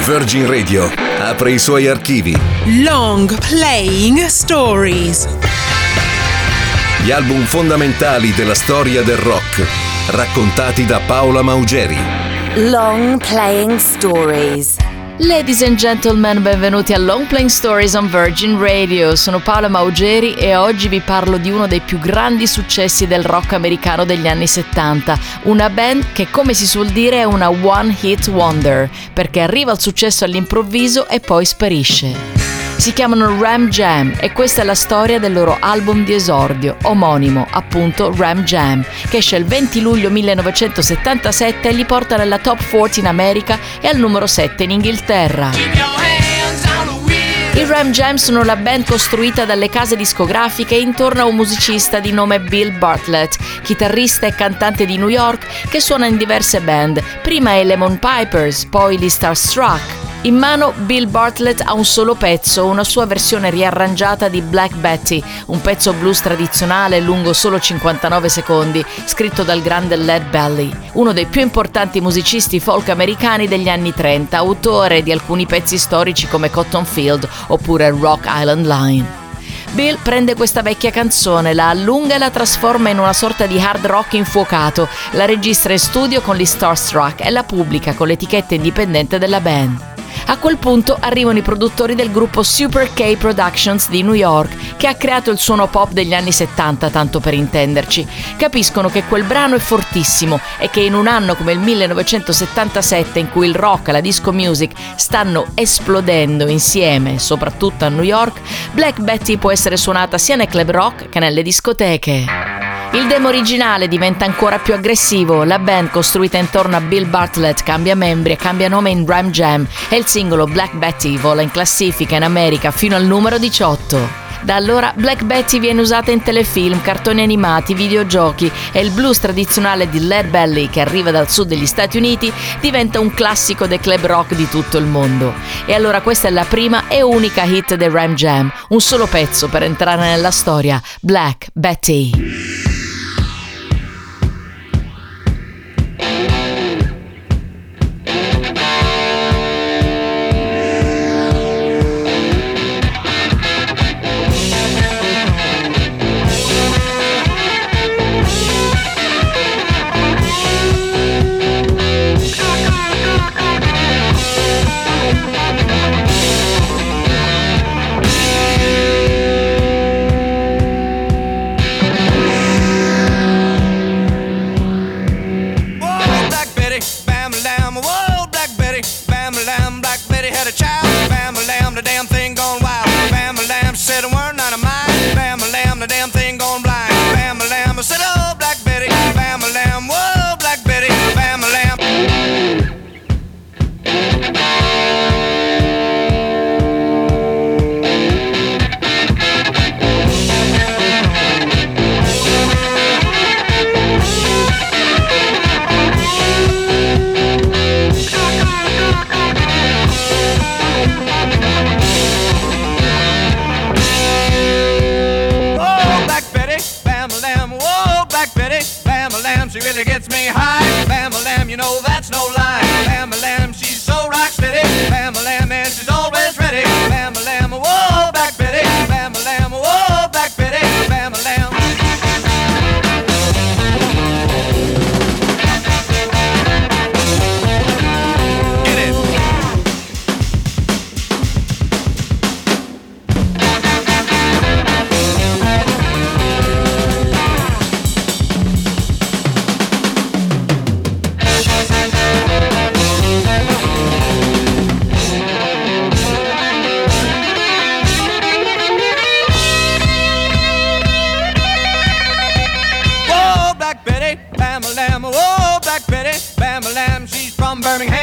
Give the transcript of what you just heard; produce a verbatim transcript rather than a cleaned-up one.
Virgin Radio apre i suoi archivi. Long Playing Stories. Gli album fondamentali della storia del rock, raccontati da Paola Maugeri. Long Playing Stories. Ladies and gentlemen, benvenuti a Long Playing Stories on Virgin Radio. Sono Paola Maugeri e oggi vi parlo di uno dei più grandi successi del rock americano degli anni settanta. Una band che, come si suol dire, è una one hit wonder, perché arriva al successo all'improvviso e poi sparisce. Si chiamano Ram Jam e questa è la storia del loro album di esordio, omonimo, appunto Ram Jam, che esce il venti luglio millenovecentosettantasette e li porta nella top quaranta in America e al numero sette in Inghilterra. I Ram Jam sono la band costruita dalle case discografiche intorno a un musicista di nome Bill Bartlett, chitarrista e cantante di New York che suona in diverse band, prima i Lemon Pipers, poi gli Starstruck. In mano Bill Bartlett ha un solo pezzo, una sua versione riarrangiata di Black Betty, un pezzo blues tradizionale lungo solo cinquantanove secondi, scritto dal grande Lead Belly, uno dei più importanti musicisti folk americani degli anni trenta, autore di alcuni pezzi storici come Cotton Field oppure Rock Island Line. Bill prende questa vecchia canzone, la allunga e la trasforma in una sorta di hard rock infuocato, la registra in studio con gli Starstruck e la pubblica con l'etichetta indipendente della band. A quel punto arrivano i produttori del gruppo Super K Productions di New York, che ha creato il suono pop degli anni settanta, tanto per intenderci. Capiscono che quel brano è fortissimo e che in un anno come il millenovecentosettantasette, in cui il rock e la disco music stanno esplodendo insieme, soprattutto a New York, Black Betty può essere suonata sia nei club rock che nelle discoteche. Il demo originale diventa ancora più aggressivo, la band costruita intorno a Bill Bartlett cambia membri e cambia nome in Ram Jam e il singolo Black Betty vola in classifica in America fino al numero diciotto. Da allora Black Betty viene usata in telefilm, cartoni animati, videogiochi e il blues tradizionale di Lead Belly, che arriva dal sud degli Stati Uniti, diventa un classico dei club rock di tutto il mondo. E allora questa è la prima e unica hit dei Ram Jam, un solo pezzo per entrare nella storia, Black Betty. Birmingham.